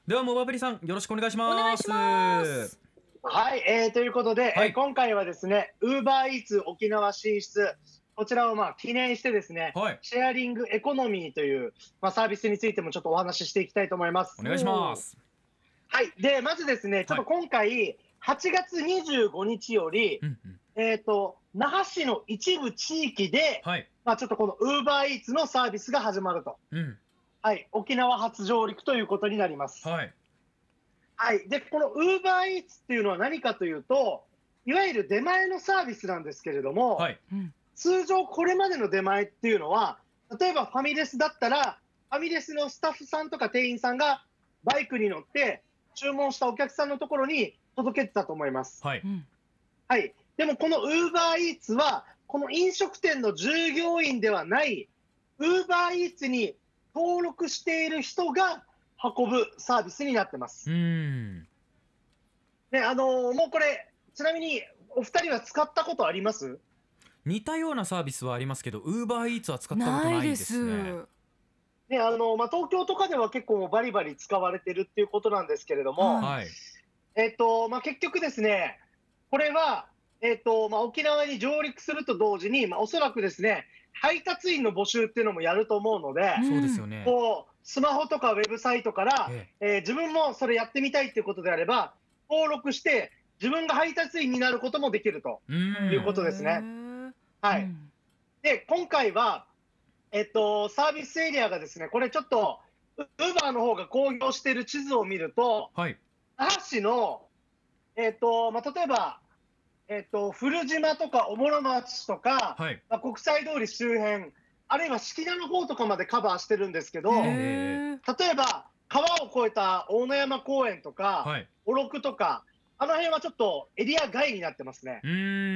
ではモバプリさんよろしくお願いしお願いします。 ます。 はい、ということで、 はい今回はですね、UberEats 沖縄進出、こちらを記念してですね、 はい、 シェアリングエコノミーという、サービスについてもちょっとお話ししていきたいと思います。 お願いします。 はい、で、まずですね、ちょっと今回、8月25日より、 うんうん、 那覇市の一部地域で、 はい、 ちょっとこの UberEats のサービスが始まると。 うん、 はい、沖縄初上陸ということになります。 はい、 はい。で、この UberEats っていうのは何かというと、いわゆる出前のサービスなんですけれども、 はい、 通常これまでの出前っていうのは、例えばファミレスだったら、ファミレスのスタッフさんとか店員さんがバイクに乗って注文したお客さんのところに届けてたと思います。 はい、 はい。でもこの UberEats は、この飲食店の従業員ではない UberEats に登録している人が運ぶサービスになってます。で、もうこれ、ちなみにお二人は使ったことあります？ 似たようなサービスはありますけど UberEats は使ったことないですね。 ね、東京とかでは結構バリバリ使われてるっていうことなんですけれども、 はい、 結局ですね、これは、沖縄に上陸すると同時に、おそらくですね、配達員の募集っていうのもやると思うので、 そうですよね。 スマホとかウェブサイトから、自分もそれやってみたいっていうことであれば、登録して自分が配達員になることもできるということですね。はい。で、今回は、サービスエリアがですね、これちょっと、Uber の方が公表している地図を見ると、 はい、 那覇市の、例えば、古島とか小諸町とか、 はい、 国際通り周辺、あるいは敷名の方とかまでカバーしてるんですけど、例えば川を越えた大野山公園とか、 はい、 小禄とか、あの辺はちょっとエリア外になってますね。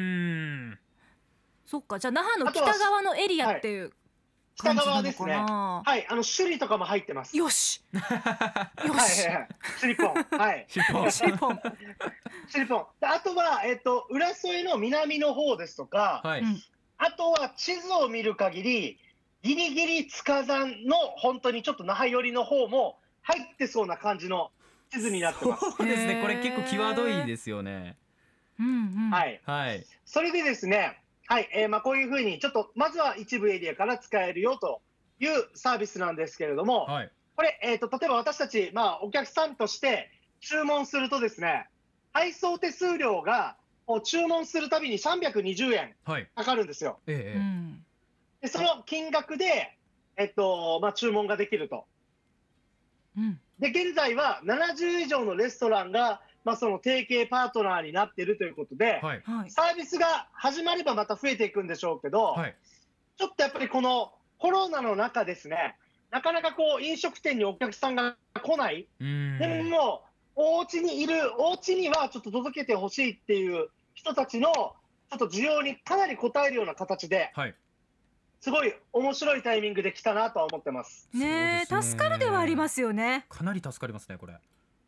そっか、じゃあ那覇の北側のエリアっていう北感じなの側ですね。 かな。 はい、首里とかも入ってます。 よしよし、 首里ポン。はい。 シポンシポン。 首里ポン。であとは、浦添の南の方ですとか、 はい、 あとは地図を見る限り、ギリギリ塚山の本当にちょっと那覇寄りの方も入ってそうな感じの地図になってます。 そうですね。これ結構際どいですよね。 はい。 はい。 それでですね、はい、こういうふうにちょっとまずは一部エリアから使えるよというサービスなんですけれども、 はい、 これ、例えば私たち、お客さんとして注文するとですね、配送手数料が注文するたびに320円かかるんですよ。でその金額で、注文ができると。で、現在は70以上のレストランが、その提携パートナーになっているということで、 はい、 サービスが始まればまた増えていくんでしょうけど、 はい、 ちょっとやっぱりこのコロナの中ですね、なかなか飲食店にお客さんが来ない。でも、お家にはちょっと届けてほしいっていう人たちのちょっと需要にかなり応えるような形で、 はい、 すごい面白いタイミングで来たなとは思ってます。 ねえ、助かるではありますよね。 かなり助かりますね、これ。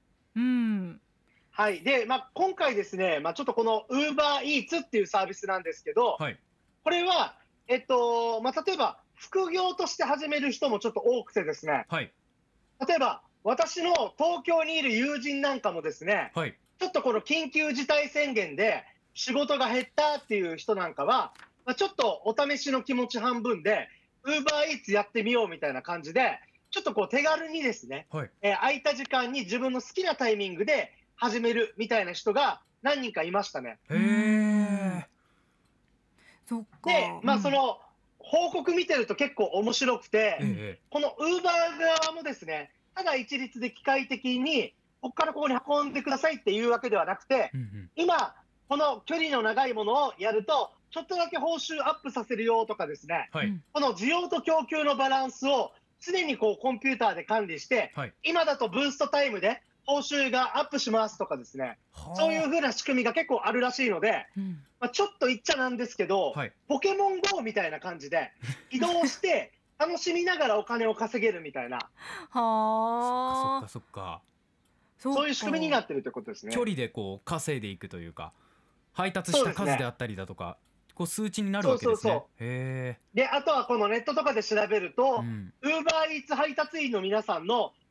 はい。で、今回ですね、ちょっとこの UberEats っていうサービスなんですけど、 はい、 これは、例えば副業として始める人もちょっと多くてですね、 はい、 例えば私の東京にいる友人なんかもですね、 はい、 ちょっとこの緊急事態宣言で仕事が減ったっていう人なんかは、ちょっとお試しの気持ち半分で UberEats やってみようみたいな感じで、ちょっと手軽にですね、 はい、 空いた時間に自分の好きなタイミングで始めるみたいな人が何人かいましたね。 へえ。 そっか。 で、その報告見てると結構面白くて、この Uber 側もですね、ただ一律で機械的にここからここに運んでくださいっていうわけではなくて、今この距離の長いものをやるとちょっとだけ報酬アップさせるよとかですね、 はい、 この需要と供給のバランスを常にコンピューターで管理して、 はい、 今だとブーストタイムで報酬がアップしますとかですね、そういう風な仕組みが結構あるらしいので、ちょっと言っちゃなんですけど、 はい、 ポケモン GO みたいな感じで移動して楽しみながらお金を稼げるみたいな、 そっかそっか、 そういう仕組みになってるということですね。 距離で稼いでいくというか、配達した数であったりだとか、数値になるわけですね。へで、あとはこのネットとかで調べると、UberEats 配達員の皆さんの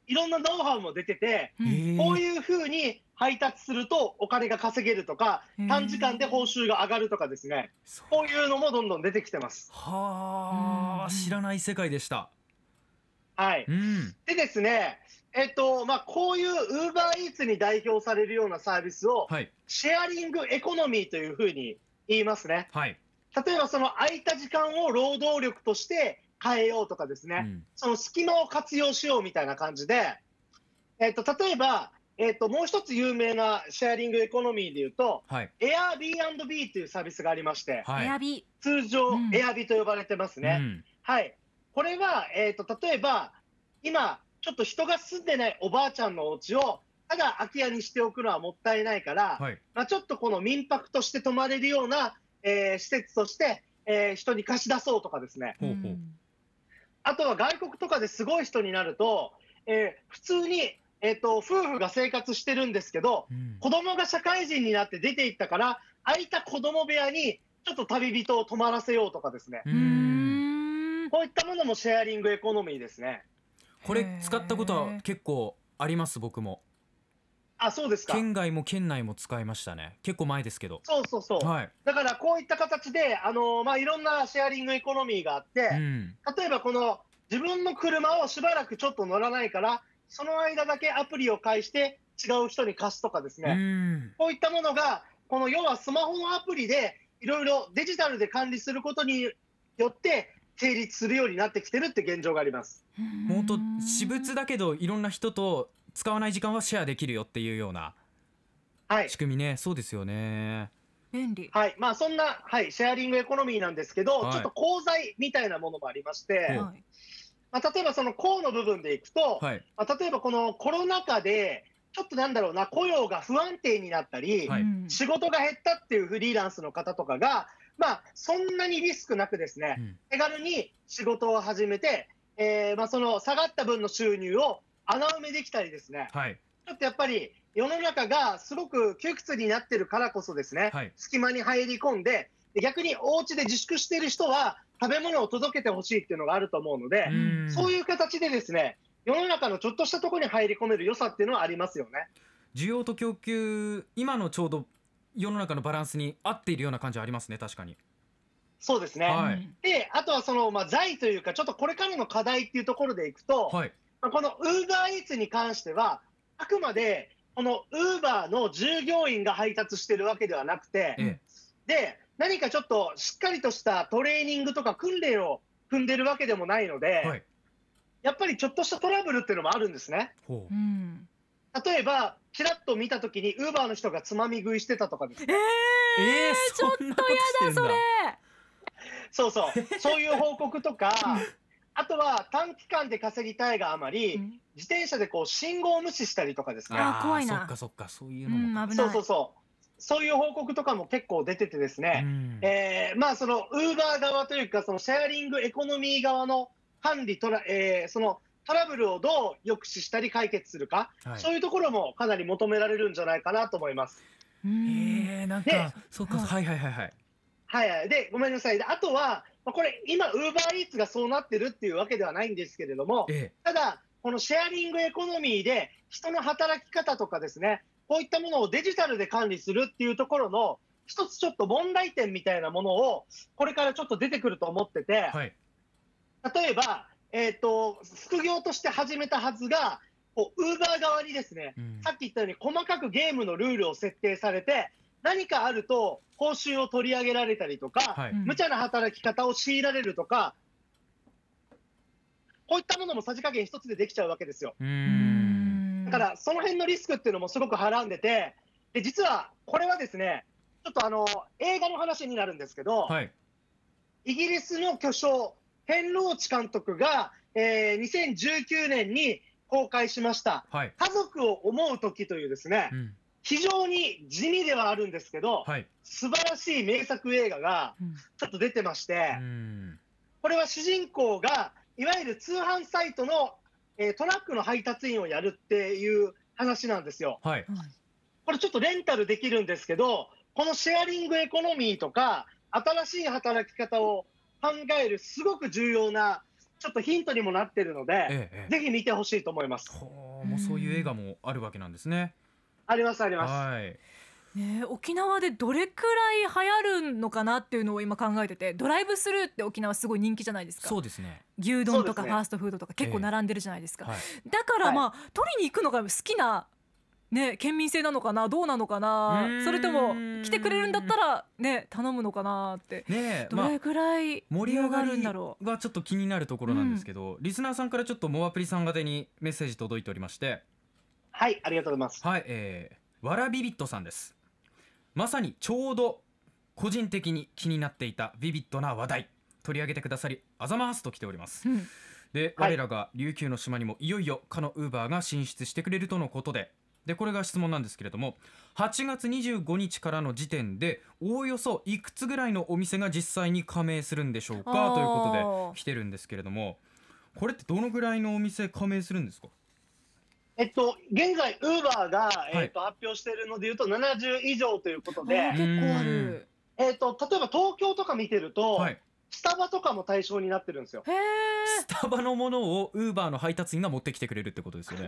いろんなノウハウも出てて、こういうふうに配達するとお金が稼げるとか、短時間で報酬が上がるとかですね、こういうのもどんどん出てきてます。 はあ、知らない世界でした。 はい。でですね、こういうウーバーイーツに代表されるようなサービスを、シェアリングエコノミーというふうに言いますね。例えばその空いた時間を労働力として変えようとかですね、その隙間を活用しようみたいな感じで、例えば、もう一つ有名なシェアリングエコノミーでいうと、Airbnb というサービスがありまして、通常、Airb と呼ばれてますね。これは、例えば、今、ちょっと人が住んでないおばあちゃんのお家を、ただ空き家にしておくのはもったいないから、ちょっとこの民泊として泊まれるような、施設として、人に貸し出そうとかですね。あとは外国とかですごい人になると、普通に、夫婦が生活してるんですけど、子供が社会人になって出て行ったから、空いた子供部屋にちょっと旅人を泊まらせようとかですね。こういったものもシェアリングエコノミーですね。 これ使ったことは結構あります、僕も。 あ、そうですか。 県外も県内も使いましたね。結構前ですけど。 そうそうそう。だからこういった形で、いろんなシェアリングエコノミーがあって、例えばこの自分の車をしばらくちょっと乗らないから、その間だけアプリを介して違う人に貸すとかですね。こういったものが、この要はスマホのアプリでいろいろデジタルで管理することによって成立するようになってきてるって現状があります。 本当私物だけどいろんな人と使わない時間はシェアできるよっていうような仕組みね。そうですよね。 便利。 はい。そんな、シェアリングエコノミーなんですけど、ちょっと功罪みたいなものもありまして、例えばその功の部分でいくと、例えばこのコロナ禍でちょっと雇用が不安定になったり、仕事が減ったっていうフリーランスの方とかが、そんなにリスクなくですね、手軽に仕事を始めて、その下がった分の収入を穴埋めできたりですね、ちょっとやっぱり世の中がすごく窮屈になってるからこそですね、隙間に入り込んで、逆にお家で自粛している人は食べ物を届けてほしいっていうのがあると思うので、そういう形でですね、世の中のちょっとしたところに入り込める良さっていうのはありますよね。 需要と供給、今のちょうど世の中のバランスに合っているような感じはありますね。確かに。 そうですね。で、あとはその財というか、ちょっとこれからの課題っていうところでいくと、このウーバーイーツに関しては、あくまでこのウーバーの従業員が配達してるわけではなくて、で、何かちょっとしっかりとしたトレーニングとか訓練を踏んでるわけでもないので、やっぱりちょっとしたトラブルっていうのもあるんですね。例えば、ちらっと見たときにウーバーの人がつまみ食いしてたとかですね。 ちょっとやだそれ。 そういう報告とか、あとは短期間で稼ぎたいがあまり、自転車でこう信号を無視したりとかですね。 怖いな。 そっか、そういうのも。 そういう報告とかも結構出ててですね、そのウーバー側というか、そのシェアリングエコノミー側の管理、そのトラブルをどう抑止したり解決するか、そういうところもかなり求められるんじゃないかなと思います。 なんか、そうか、 で、ごめんなさい。あとは、これ、今、ウーバーイーツがそうなってるっていうわけではないんですけれども、ただ、このシェアリングエコノミーで、人の働き方とかですね、こういったものをデジタルで管理するっていうところの、一つちょっと問題点みたいなものを、これからちょっと出てくると思ってて、例えば、副業として始めたはずが、ウーバー側にですね、さっき言ったように細かくゲームのルールを設定されて、何かあると報酬を取り上げられたりとか、無茶な働き方を強いられるとか、こういったものもさじ加減一つでできちゃうわけですよ。だからその辺のリスクっていうのもすごくはらんでて、で実はこれはですね、ちょっと映画の話になるんですけど、イギリスの巨匠ヘンローチ監督が、2019年に公開しました「家族を思う時」というですね、非常に地味ではあるんですけど、素晴らしい名作映画がちょっと出てまして、これは主人公がいわゆる通販サイトの、トラックの配達員をやるっていう話なんですよ。これちょっとレンタルできるんですけど、このシェアリングエコノミーとか新しい働き方を考えるすごく重要なちょっとヒントにもなってるので、ぜひ見てほしいと思います。 もうそういう映画もあるわけなんですね。 ありますあります。 はい。 ね、沖縄でどれくらい流行るのかなっていうのを今考えてて、ドライブスルーって沖縄すごい人気じゃないですか。 そうですね。 牛丼とかファーストフードとか結構並んでるじゃないですか、だからまあ、取りに行くのが好きな、ね、県民性なのかな、どうなのかな、それとも来てくれるんだったら、ね、頼むのかなって、どれくらい盛り上がるんだろう、 がちょっと気になるところなんですけど、リスナーさんからちょっとモアプリさん宛にメッセージ届いておりまして。 はい、ありがとうございます。 はい、わらビビットさんです。まさにちょうど個人的に気になっていたビビッドな話題取り上げてくださりあざますと来ております、で、我らが琉球の島にもいよいよかのウーバーが進出してくれるとのことで、これが質問なんですけれども、8月25日からの時点でおおよそいくつぐらいのお店が実際に加盟するんでしょうかということで来てるんですけれども、これってどのぐらいのお店加盟するんですか？ 現在ウーバーが、発表しているのでいうと70以上ということで、 結構ある。 例えば東京とか見てると、スタバとかも対象になってるんですよ。 スタバのものをウーバーの配達員が持ってきてくれるってことですよね。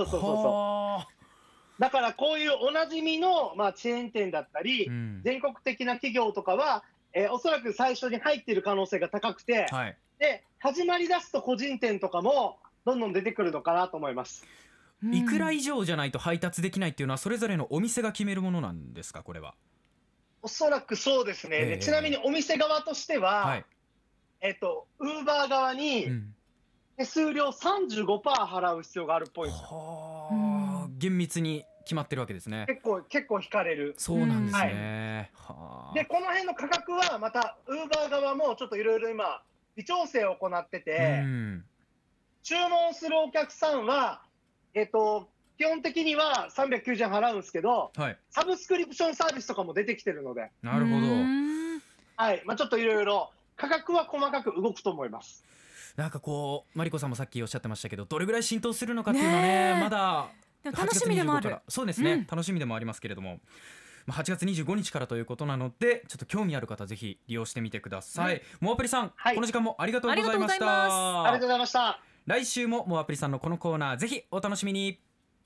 だからこういうおなじみの、チェーン店だったり、全国的な企業とかは、おそらく最初に入っている可能性が高くて、で始まりだすと個人店とかもどんどん出てくるのかなと思います。 いくら以上じゃないと配達できないっていうのはそれぞれのお店が決めるものなんですか？これはおそらくそうですね、ちなみにお店側としては、ウーバー側に手数料 35% 払う必要があるっぽいんですよ。 厳密に決まってるわけですね。 結構引かれる。 そうなんですね、 でこの辺の価格はまたウーバー側もちょっといろいろ今微調整を行ってて、注文するお客さんは基本的には390円払うんですけど、サブスクリプションサービスとかも出てきてるので。 なるほど。 ちょっといろいろ価格は細かく動くと思います。 なんかこうマリコさんもさっきおっしゃってましたけど、どれぐらい浸透するのかっていうのはね、まだ楽しみでもある。 そうですね、楽しみでもありますけれども、8月25日からということなので、ちょっと興味ある方ぜひ利用してみてください。モアプリさん、この時間もありがとうございました。 ありがとうございました。 来週もモアプリさんのこのコーナーぜひお楽しみに。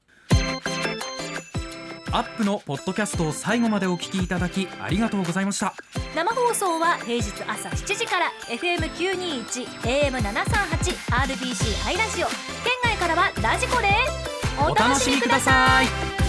アップのポッドキャストを最後までお聞きいただきありがとうございました。 生放送は平日朝7時から FM921 AM738 RBC ハイラジオ、県外からはラジコです。 お楽しみください。